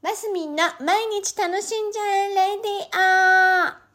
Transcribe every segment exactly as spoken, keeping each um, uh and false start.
マスミンの毎日楽しんじゃえレディオ。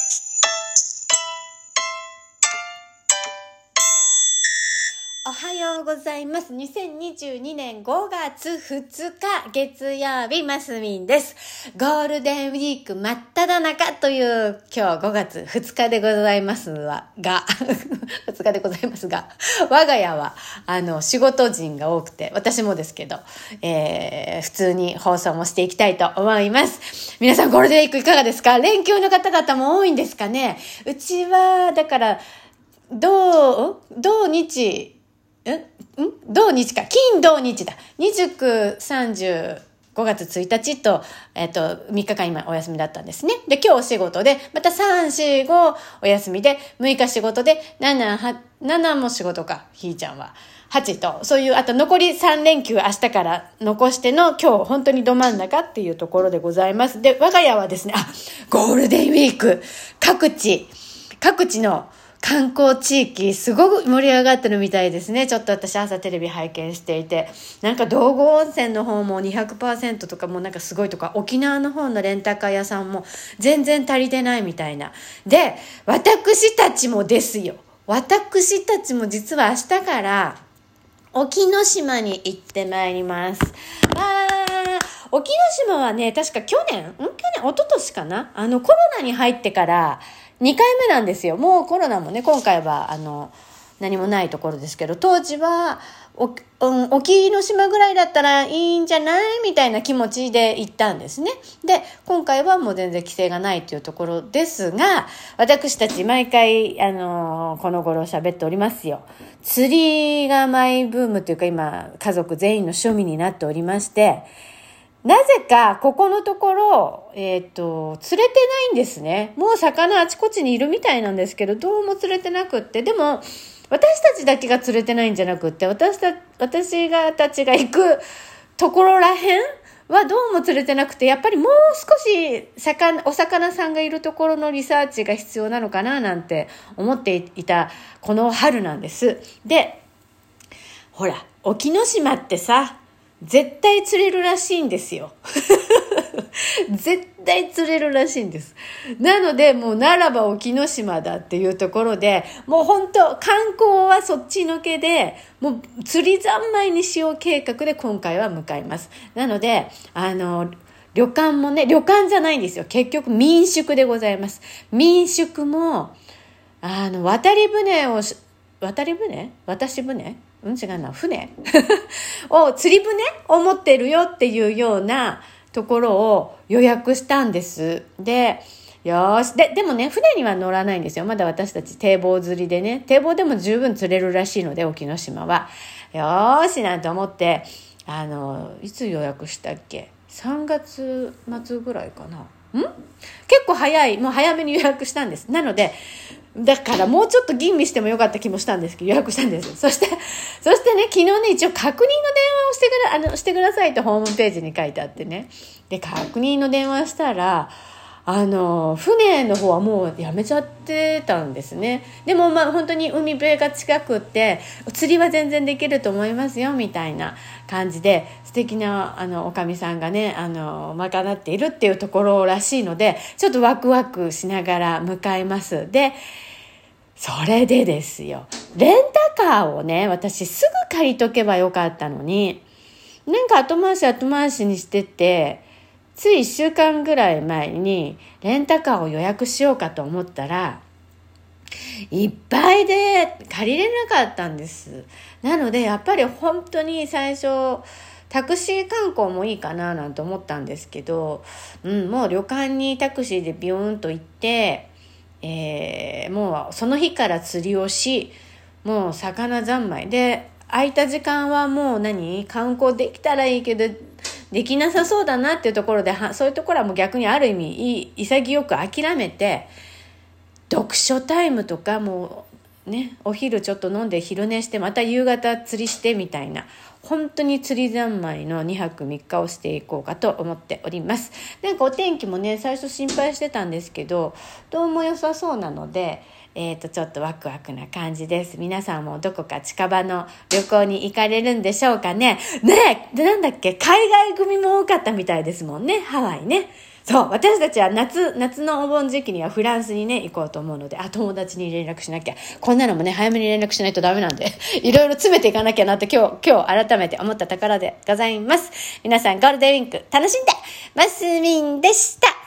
おはようございます。にせんにじゅうにねんごがつふつか月曜日、マスミンです。ゴールデンウィーク真っ只中という今日ごがつふつかでございますが、ふつかでございますが、我が家はあの仕事人が多くて、私もですけど、えー、普通に放送もしていきたいと思います。皆さんゴールデンウィークいかがですか？連休の方々も多いんですかね？うちはだから土土日んん土日か。金土日だ。にじゅうく、さんじゅう、ごがつついたちと、えっと、みっかかん今お休みだったんですね。で、今日お仕事で、またさん、し、ごお休みで、むいか仕事で、なな、は、ななも仕事か、ひーちゃんは。はちと、そういう、あと残りさんれんきゅう明日から残しての今日本当にど真ん中っていうところでございます。で、我が家はですね、あ、ゴールデンウィーク、各地、各地の観光地域すごく盛り上がってるみたいですね。ちょっと私朝テレビ拝見していて、なんか道後温泉の方も にひゃくパーセント とかもなんかすごいとか、沖縄の方のレンタカー屋さんも全然足りてないみたいな。で、私たちもですよ。私たちも実は明日から沖ノ島に行ってまいります。あー、沖ノ島はね、確か去年、ん去年、一昨年かな、あのコロナに入ってからにかいめなんですよ。もうコロナもね、今回はあの何もないところですけど、当時はお、うん、沖ノ島ぐらいだったらいいんじゃないみたいな気持ちで行ったんですね。で、今回はもう全然規制がないというところですが、私たち毎回あのこの頃喋っておりますよ。釣りがマイブームというか、今家族全員の趣味になっておりまして、なぜかここのところ、えっと、釣れてないんですね。もう魚あちこちにいるみたいなんですけど、どうも釣れてなくって。でも、私たちだけが釣れてないんじゃなくって、私た、私がたちが行くところらへんはどうも釣れてなくて、やっぱりもう少し魚、お魚さんがいるところのリサーチが必要なのかななんて思っていたこの春なんです。で、ほら、沖ノ島ってさ、絶対釣れるらしいんですよ。絶対釣れるらしいんです。なので、もうならば沖ノ島だっていうところで、もう本当観光はそっちのけで、もう釣り三昧にしよう計画で今回は向かいます。なので、あの、旅館もね、旅館じゃないんですよ。結局民宿でございます。民宿も、あの、渡り船を、渡り船渡し船うん違うな船を釣り船を持ってるよっていうようなところを予約したんです。で、よーし。で、でもね、船には乗らないんですよ。まだ私たち堤防釣りでね、堤防でも十分釣れるらしいので、沖ノ島は。よーしなんて思って、あの、いつ予約したっけ？さんがつ末ぐらいかな。ん？結構早い、もう早めに予約したんです。なので、だからもうちょっと吟味してもよかった気もしたんですけど、予約したんです。そして、そしてね、昨日ね、一応確認の電話をしてくだ、あの、してくださいとホームページに書いてあってね。で、確認の電話したら、あの、船の方はもうやめちゃってたんですね。でもまあ本当に海辺が近くって、釣りは全然できると思いますよ、みたいな感じで、素敵な、あの、おかみさんがね、あの、賄っているっていうところらしいので、ちょっとワクワクしながら向かいます。で、それでですよ、レンタカーをね、私すぐ借りとけばよかったのに、なんか後回し後回しにしてて、ついいっしゅうかんぐらい前にレンタカーを予約しようかと思ったら、いっぱいで借りれなかったんです。なのでやっぱり本当に最初、タクシー観光もいいかななんて思ったんですけど、うん、もう旅館にタクシーでビューンと行って、えー、もうその日から釣りをし、もう魚三昧で、空いた時間はもう何観光できたらいいけどできなさそうだなっていうところで、そういうところはもう逆にある意味いい潔く諦めて、読書タイムとかもうね、お昼ちょっと飲んで昼寝して、また夕方釣りしてみたいな、本当に釣り三昧のにはくみっかをしていこうかと思っております。なんかお天気もね、最初心配してたんですけど、どうも良さそうなので、 えっと、ちょっとワクワクな感じです。皆さんもどこか近場の旅行に行かれるんでしょうかね。ねえ、で、なんだっけ、海外組も多かったみたいですもんね、ハワイね。そう、私たちは夏、夏のお盆時期にはフランスにね、行こうと思うので、あ、友達に連絡しなきゃ。こんなのもね、早めに連絡しないとダメなんで、いろいろ詰めていかなきゃなって今日、今日改めて思ったところでございます。皆さんゴールデンウィーク楽しんで、マスミンでした。